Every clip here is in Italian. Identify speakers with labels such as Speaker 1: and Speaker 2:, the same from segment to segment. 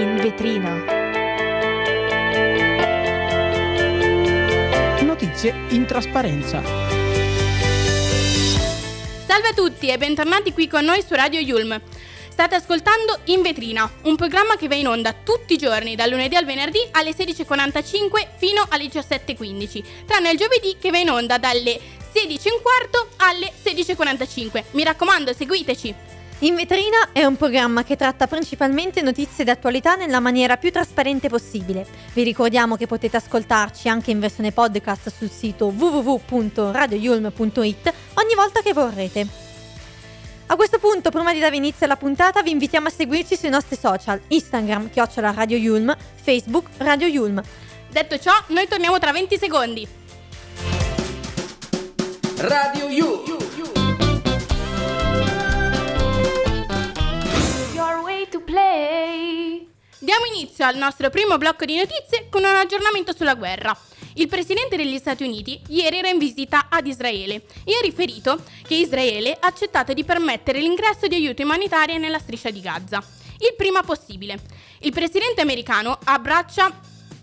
Speaker 1: in vetrina.
Speaker 2: Notizie in trasparenza.
Speaker 3: Salve a tutti e bentornati qui con noi su Radio Yulm. State ascoltando In Vetrina, un programma che va in onda tutti i giorni, dal lunedì al venerdì alle 16.45 fino alle 17.15, tranne il giovedì che va in onda dalle 16.15 alle 16.45. Mi raccomando, seguiteci!
Speaker 1: In Vetrina è un programma che tratta principalmente notizie d'attualità nella maniera più trasparente possibile. Vi ricordiamo che potete ascoltarci anche in versione podcast sul sito www.radioyulm.it ogni volta che vorrete. A questo punto, prima di dare inizio alla puntata, vi invitiamo a seguirci sui nostri social, Instagram, @Radio Yulm, Facebook, Radio Yulm.
Speaker 3: Detto ciò, noi torniamo tra 20 secondi.
Speaker 4: Radio Yulm.
Speaker 3: Diamo inizio al nostro primo blocco di notizie con un aggiornamento sulla guerra. Il presidente degli Stati Uniti ieri era in visita ad Israele e ha riferito che Israele ha accettato di permettere l'ingresso di aiuti umanitari nella striscia di Gaza, il prima possibile. Il presidente americano abbraccia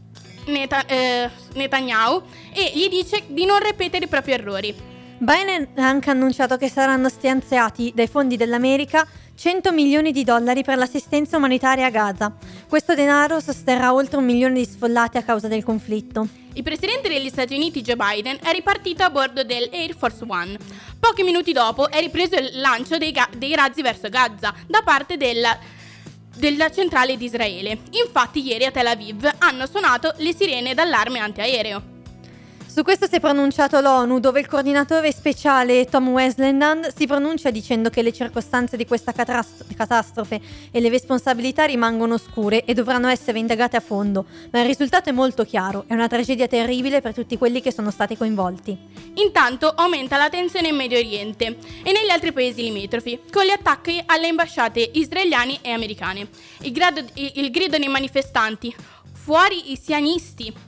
Speaker 3: Netanyahu e gli dice di non ripetere i propri errori.
Speaker 1: Biden ha anche annunciato che saranno stanziati dai fondi dell'America $100 milioni per l'assistenza umanitaria a Gaza. Questo denaro sosterrà oltre 1 milione di sfollati a causa del conflitto.
Speaker 3: Il presidente degli Stati Uniti Joe Biden è ripartito a bordo del Air Force One. Pochi minuti dopo è ripreso il lancio dei razzi verso Gaza da parte della centrale di Israele. Infatti ieri a Tel Aviv hanno suonato le sirene d'allarme antiaereo.
Speaker 1: Su questo si è pronunciato l'ONU, dove il coordinatore speciale Tom Westland si pronuncia dicendo che le circostanze di questa catastrofe e le responsabilità rimangono oscure e dovranno essere indagate a fondo, ma il risultato è molto chiaro, è una tragedia terribile per tutti quelli che sono stati coinvolti. Intanto
Speaker 3: aumenta la tensione in Medio Oriente e negli altri paesi limitrofi, con gli attacchi alle ambasciate israeliane e americane. Il grido dei manifestanti: fuori i sionisti!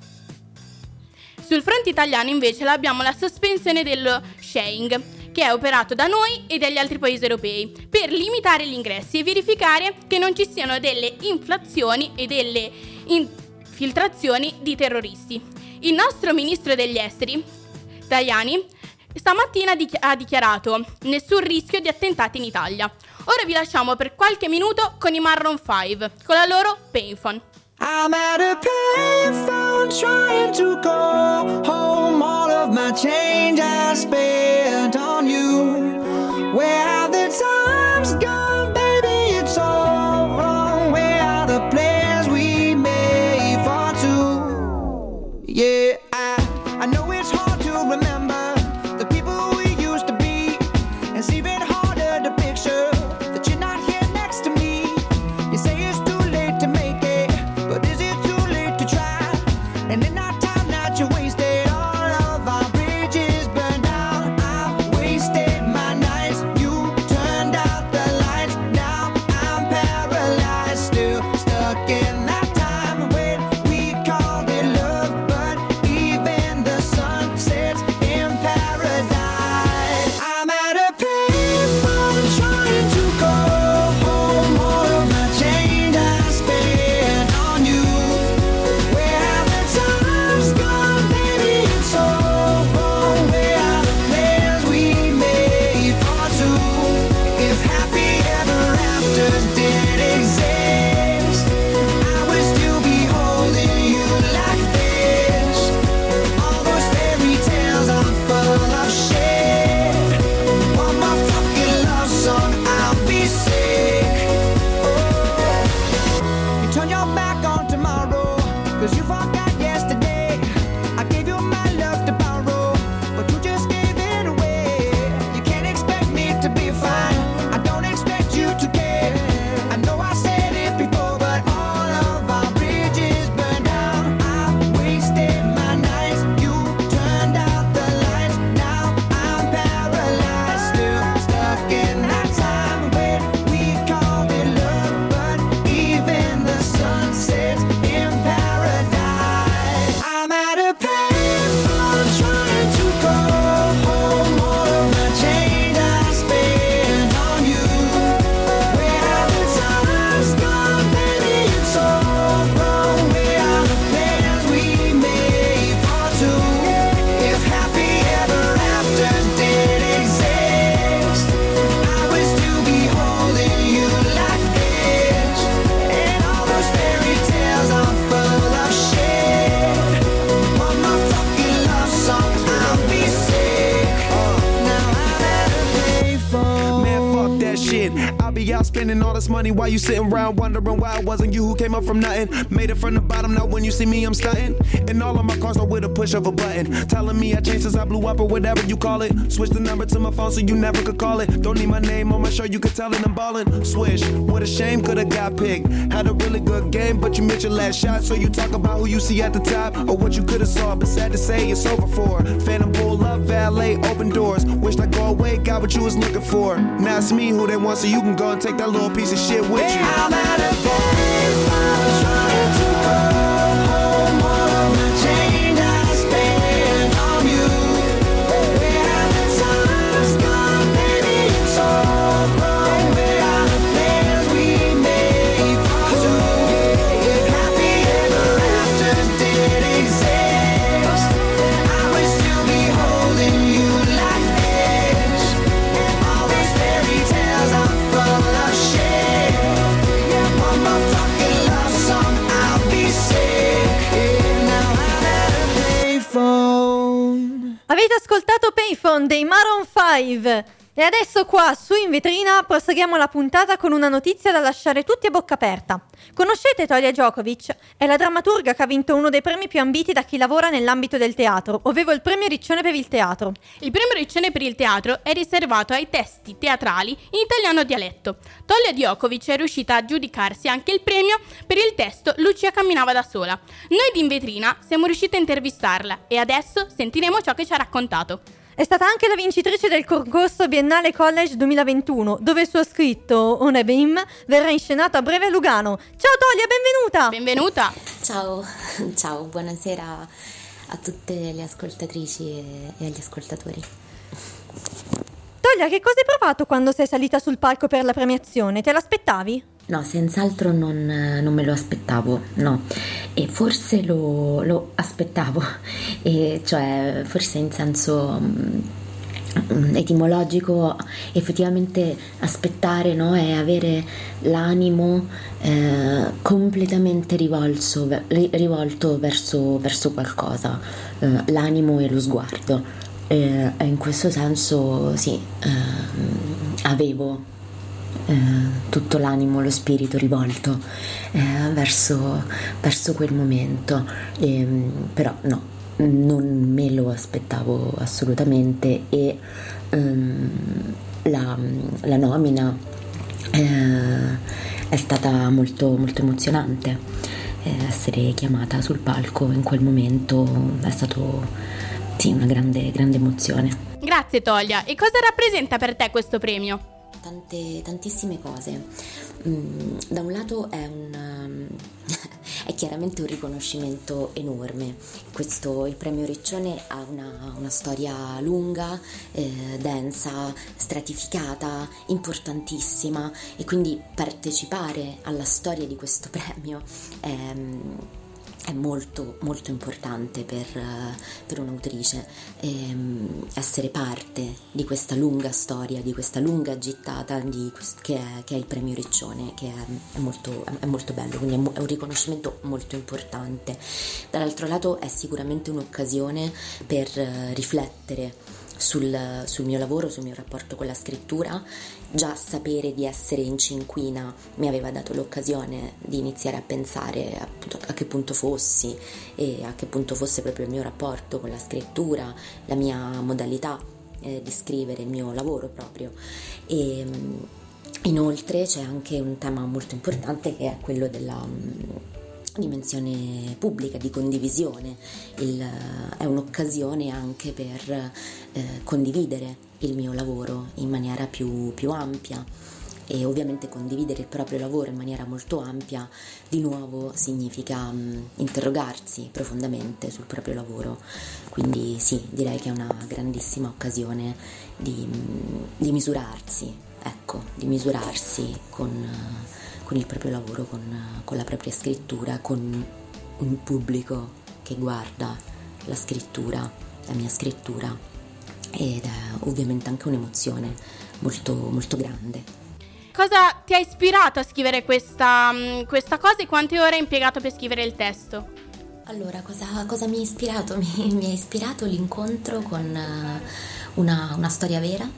Speaker 3: Sul fronte italiano invece abbiamo la sospensione dello Schengen, che è operato da noi e dagli altri paesi europei, per limitare gli ingressi e verificare che non ci siano delle inflazioni e delle infiltrazioni di terroristi. Il nostro ministro degli esteri, Tajani, stamattina ha dichiarato: nessun rischio di attentati in Italia. Ora vi lasciamo per qualche minuto con i Maroon 5, con la loro Payphone.
Speaker 5: I'm at a payphone trying to call home. All of my change I spent on you. Where have the times gone, baby? It's all wrong. Where are the plans we made for two? Yeah, I know it's hard to remember the people we used to be. It's even harder to picture that you're not here next to me. You say it's too late to make it, but is it too late to try? And in our time that you wasted, all of our bridges burned down. I've wasted
Speaker 4: shit. I'll be out spending all this money while you sitting around wondering why it wasn't you who came up from nothing. Made it from the bottom, now when you see me I'm stunting. And all of my cars are with a push of a button. Telling me I changed since I blew up or whatever you call it. Switch the number to my phone so you never could call it. Don't need my name on my shirt, you could tell it I'm ballin'. Swish, what a shame, could've got picked. Had a really good game, but you missed your last shot. So you talk about who you see at the top or what you could've saw. But sad to say it's over for. Phantom pull up, valet, open doors. Wished I go away, got what you was looking for. Now it's me who they want, so you can go and take that little piece of shit with you.
Speaker 5: I'm at a payphone trying to go home. All of my change I spent on you. Where have the times gone, baby? It's all wrong. Where are the plans we made for two? If happy ever after did exist, I would still be holding you like this. And all those fairy tales are full of shit. One more fucking love song, I'll be sick. Now I'm at a payphone.
Speaker 1: Avete ascoltato Payphone dei Maroon 5 e adesso qua su In Vetrina proseguiamo la puntata con una notizia da lasciare tutti a bocca aperta. Conoscete Tolja Djokovic? È la drammaturga che ha vinto uno dei premi più ambiti da chi lavora nell'ambito del teatro, ovvero il premio Riccione per il teatro.
Speaker 3: Il premio Riccione per il teatro è riservato ai testi teatrali in italiano dialetto. Tolja Djokovic è riuscita a giudicarsi anche il premio per il testo Lucia camminava da sola. Noi di In Vetrina siamo riusciti a intervistarla e adesso sentiremo ciò che ci ha raccontato.
Speaker 1: È stata anche la vincitrice del concorso Biennale College 2021, dove il suo scritto Onebim verrà inscenato a breve a Lugano. Ciao Tolja, benvenuta!
Speaker 3: Benvenuta!
Speaker 6: Ciao, buonasera a tutte le ascoltatrici e agli ascoltatori.
Speaker 1: Tolja, che cosa hai provato quando sei salita sul palco per la premiazione? Te l'aspettavi?
Speaker 6: No, senz'altro non me lo aspettavo, no, e forse lo aspettavo, e cioè forse in senso etimologico, effettivamente aspettare, no, è avere l'animo completamente rivolto verso qualcosa, l'animo e lo sguardo, e in questo senso sì, avevo tutto l'animo, lo spirito rivolto verso quel momento, però no, non me lo aspettavo assolutamente, e la nomina è stata molto, molto emozionante. Essere chiamata sul palco in quel momento è stato sì, una grande, grande emozione.
Speaker 3: Grazie Tolja, e cosa rappresenta per te questo premio?
Speaker 6: Tantissime cose. Da un lato è chiaramente un riconoscimento enorme. Il premio Riccione ha una storia lunga, densa, stratificata, importantissima, e quindi partecipare alla storia di questo premio è molto, molto importante per un'autrice. Essere parte di questa lunga storia, di questa lunga gittata che è il premio Riccione, che è molto bello, quindi è un riconoscimento molto importante. Dall'altro lato è sicuramente un'occasione per riflettere sul mio lavoro, sul mio rapporto con la scrittura. Già sapere di essere in cinquina mi aveva dato l'occasione di iniziare a pensare appunto a che punto fossi e a che punto fosse proprio il mio rapporto con la scrittura, la mia modalità di scrivere, il mio lavoro proprio. E inoltre c'è anche un tema molto importante, che è quello della dimensione pubblica, di condivisione. È un'occasione anche per condividere il mio lavoro in maniera più ampia, e ovviamente condividere il proprio lavoro in maniera molto ampia di nuovo significa interrogarsi profondamente sul proprio lavoro. Quindi sì, direi che è una grandissima occasione di misurarsi, di misurarsi con il proprio lavoro, con la propria scrittura, con un pubblico che guarda la scrittura, la mia scrittura, ed è ovviamente anche un'emozione molto, molto grande.
Speaker 3: Cosa ti ha ispirato a scrivere questa cosa, e quante ore hai impiegato per scrivere il testo?
Speaker 6: Allora, cosa mi ha ispirato? Mi ha ispirato l'incontro con una storia vera,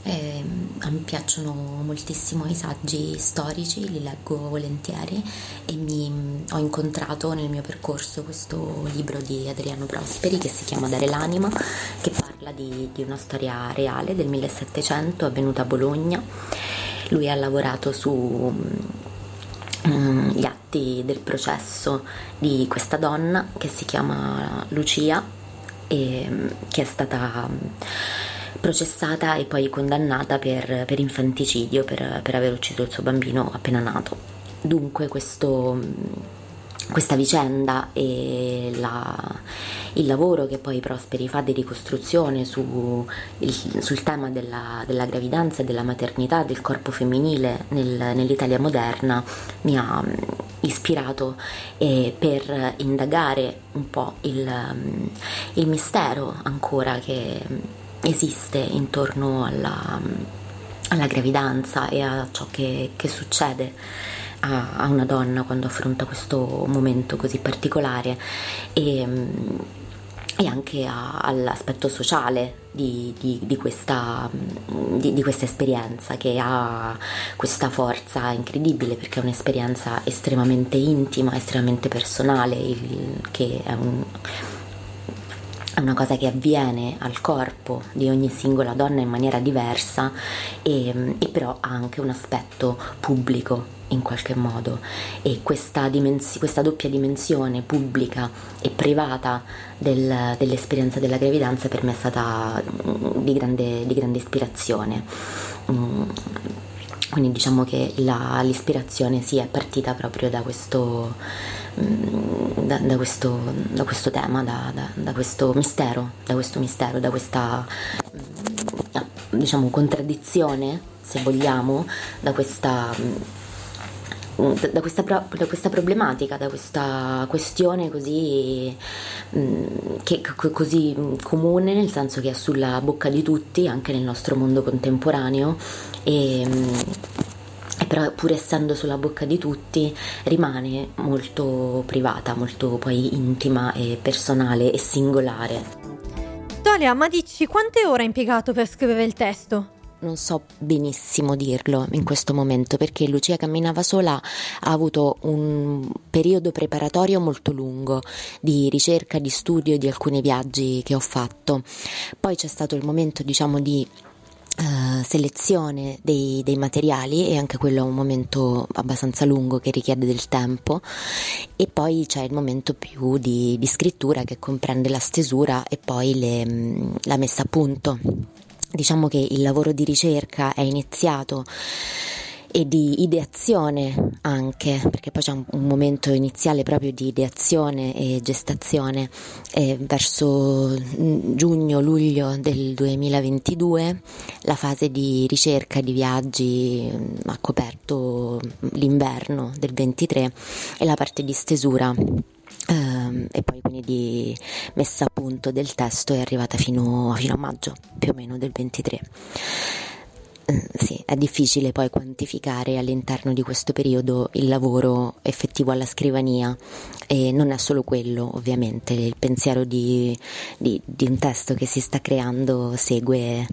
Speaker 6: A me piacciono moltissimo i saggi storici, li leggo volentieri e ho incontrato nel mio percorso questo libro di Adriano Prosperi che si chiama Dare l'anima, che parla di una storia reale del 1700 avvenuta a Bologna. Lui ha lavorato su gli atti del processo di questa donna che si chiama Lucia e che è stata processata e poi condannata per infanticidio, per aver ucciso il suo bambino appena nato. Dunque questa vicenda e il lavoro che poi Prosperi fa di ricostruzione sul tema della gravidanza e della maternità, del corpo femminile nell'Italia moderna, mi ha ispirato per indagare un po' il mistero ancora che esiste intorno alla gravidanza e a ciò che succede a una donna quando affronta questo momento così particolare e anche all'aspetto sociale di questa esperienza, che ha questa forza incredibile perché è un'esperienza estremamente intima, estremamente personale, che è una cosa che avviene al corpo di ogni singola donna in maniera diversa e però ha anche un aspetto pubblico in qualche modo, e questa doppia dimensione pubblica e privata dell'esperienza della gravidanza per me è stata di grande ispirazione. Quindi diciamo che l'ispirazione è partita proprio da questo tema, da questo mistero, da questa diciamo contraddizione, se vogliamo, da questa problematica, da questa questione così comune, nel senso che è sulla bocca di tutti anche nel nostro mondo contemporaneo e però pur essendo sulla bocca di tutti rimane molto privata, molto poi intima e personale e singolare.
Speaker 1: Tolia, ma dici quante ore hai impiegato per scrivere il testo?
Speaker 6: Non so benissimo dirlo in questo momento, perché Lucia camminava sola ha avuto un periodo preparatorio molto lungo di ricerca, di studio, di alcuni viaggi che ho fatto. Poi c'è stato il momento, diciamo, di selezione dei materiali, e anche quello è un momento abbastanza lungo che richiede del tempo, e poi c'è il momento più di scrittura, che comprende la stesura e poi la messa a punto. Diciamo che il lavoro di ricerca è iniziato, e di ideazione anche, perché poi c'è un momento iniziale proprio di ideazione e gestazione verso giugno-luglio del 2022. La fase di ricerca, di viaggi ha coperto l'inverno del 23, e la parte di stesura e poi quindi di messa a punto del testo è arrivata fino a maggio più o meno del 23. Sì, è difficile poi quantificare all'interno di questo periodo il lavoro effettivo alla scrivania, e non è solo quello, ovviamente. Il pensiero di un testo che si sta creando ti segue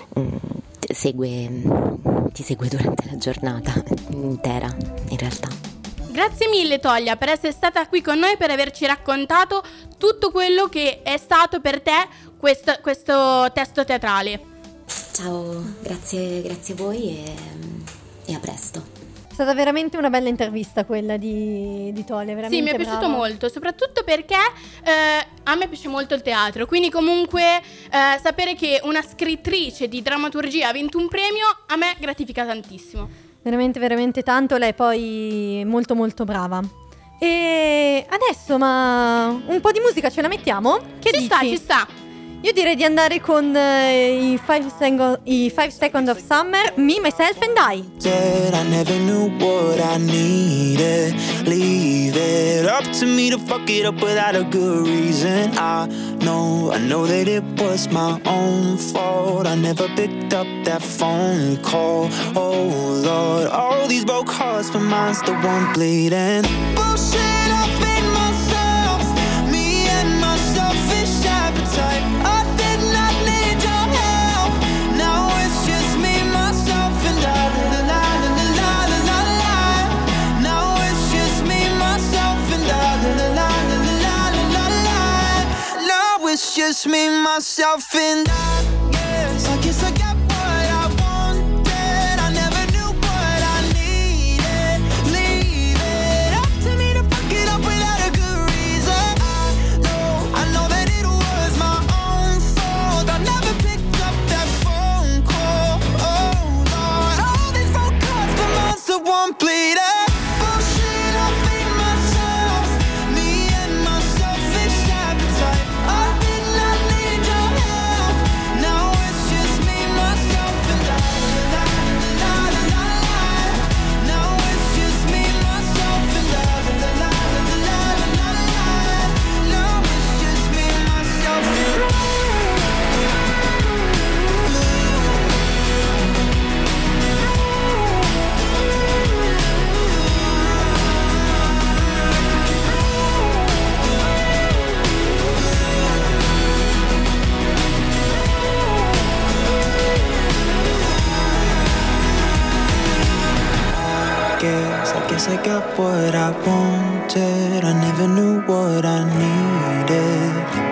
Speaker 6: durante la giornata intera, in realtà.
Speaker 3: Grazie mille Tolia per essere stata qui con noi e per averci raccontato tutto quello che è stato per te questo testo teatrale.
Speaker 6: Ciao, grazie a voi e a presto.
Speaker 1: È stata veramente una bella intervista quella di Tolia, veramente.
Speaker 3: Sì, mi è piaciuto molto, soprattutto perché a me piace molto il teatro, quindi comunque sapere che una scrittrice di drammaturgia ha vinto un premio a me gratifica tantissimo.
Speaker 1: Veramente, veramente tanto, lei poi molto molto brava. E adesso, ma un po' di musica ce la mettiamo? Che dici?
Speaker 3: Ci sta.
Speaker 1: Io direi di andare con i 5 Seconds of Summer, Me, Myself and I.
Speaker 5: I never knew what I needed. Leave it up to me to fuck it up without a good reason. I know that it was my own fault. I never picked up that phone call. Oh Lord, all these broke hearts, but mine's the one bleeding. Bullshit, I paid myself, me and my selfish appetite. I did not need your help. Now it's just me just me, myself, and I guess I got what I wanted. I never knew what I needed. Leave it up to me to fuck it up without a good reason. I know that it was my own fault. I never picked up that phone call. Oh Lord, all these phone calls for months of one pleader. I guess I got what I wanted. I never knew what I needed.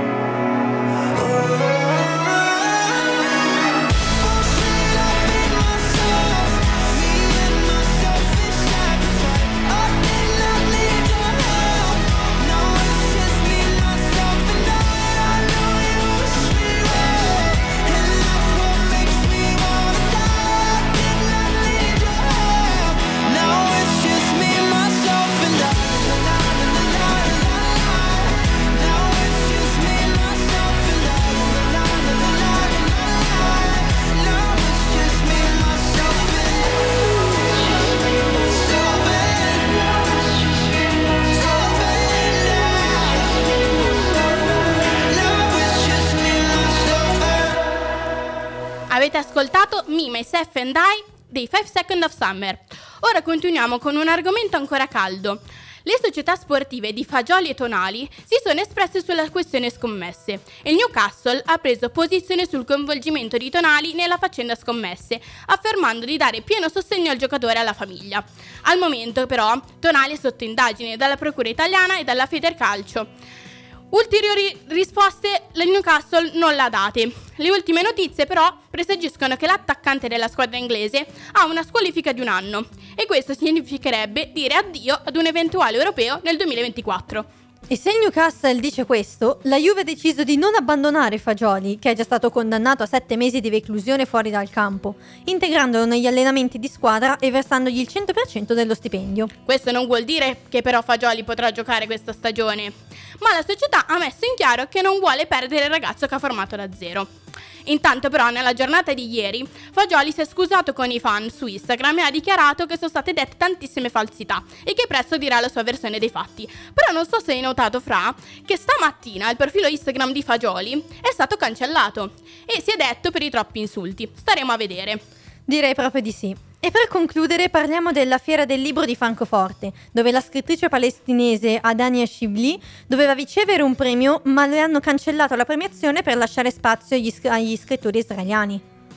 Speaker 3: Avete ascoltato Me, Myself and I dei 5 Seconds of Summer. Ora continuiamo con un argomento ancora caldo. Le società sportive di Fagioli e Tonali si sono espresse sulla questione scommesse e il Newcastle ha preso posizione sul coinvolgimento di Tonali nella faccenda scommesse, affermando di dare pieno sostegno al giocatore e alla famiglia. Al momento però Tonali è sotto indagine dalla Procura italiana e dalla Federcalcio. Ulteriori risposte il Newcastle non l'ha date. Le ultime notizie però presagiscono che l'attaccante della squadra inglese ha una squalifica di 1 anno e questo significherebbe dire addio ad un eventuale europeo nel 2024.
Speaker 1: E se il Newcastle dice questo, la Juve ha deciso di non abbandonare Fagioli, che è già stato condannato a 7 mesi di reclusione fuori dal campo, integrandolo negli allenamenti di squadra e versandogli il 100% dello stipendio.
Speaker 3: Questo non vuol dire che però Fagioli potrà giocare questa stagione, ma la società ha messo in chiaro che non vuole perdere il ragazzo che ha formato da zero. Intanto però nella giornata di ieri Fagioli si è scusato con i fan su Instagram e ha dichiarato che sono state dette tantissime falsità e che presto dirà la sua versione dei fatti. Però non so se hai notato, Fra, che stamattina il profilo Instagram di Fagioli è stato cancellato e si è detto per i troppi insulti. Staremo a vedere.
Speaker 1: Direi proprio di sì. E per concludere parliamo della Fiera del Libro di Francoforte, dove la scrittrice palestinese Adania Shibli doveva ricevere un premio, ma le hanno cancellato la premiazione per lasciare spazio agli scrittori israeliani.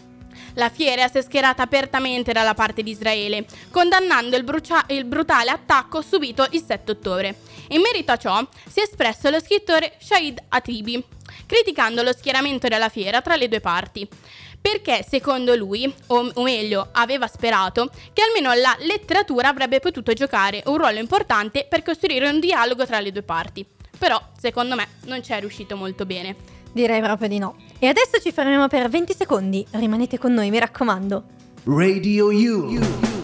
Speaker 3: La fiera si è schierata apertamente dalla parte di Israele, condannando il brutale attacco subito il 7 ottobre. In merito a ciò si è espresso lo scrittore Shahid Atibi, criticando lo schieramento della fiera tra le due parti. Perché secondo lui, o meglio aveva sperato, che almeno la letteratura avrebbe potuto giocare un ruolo importante per costruire un dialogo tra le due parti. Però, secondo me, non ci è riuscito molto bene.
Speaker 1: Direi proprio di no. E adesso ci fermiamo per 20 secondi. Rimanete con noi, mi raccomando.
Speaker 2: Radio You.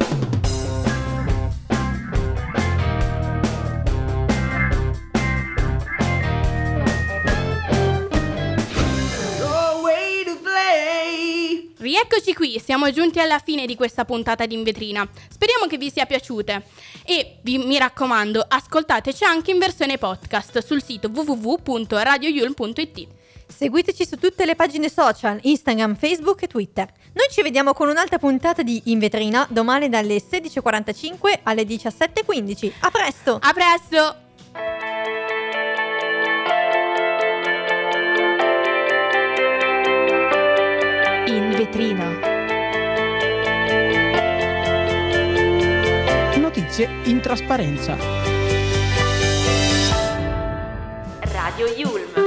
Speaker 3: Rieccoci qui, siamo giunti alla fine di questa puntata di In Vetrina. Speriamo che vi sia piaciuta e mi raccomando, ascoltateci anche in versione podcast sul sito www.radioyulm.it.
Speaker 1: Seguiteci su tutte le pagine social, Instagram, Facebook e Twitter. Noi ci vediamo con un'altra puntata di In Vetrina domani dalle 16:45 alle 17:15. A presto!
Speaker 3: A presto!
Speaker 1: In Vetrina.
Speaker 2: Notizie in trasparenza.
Speaker 7: Radio Yulm.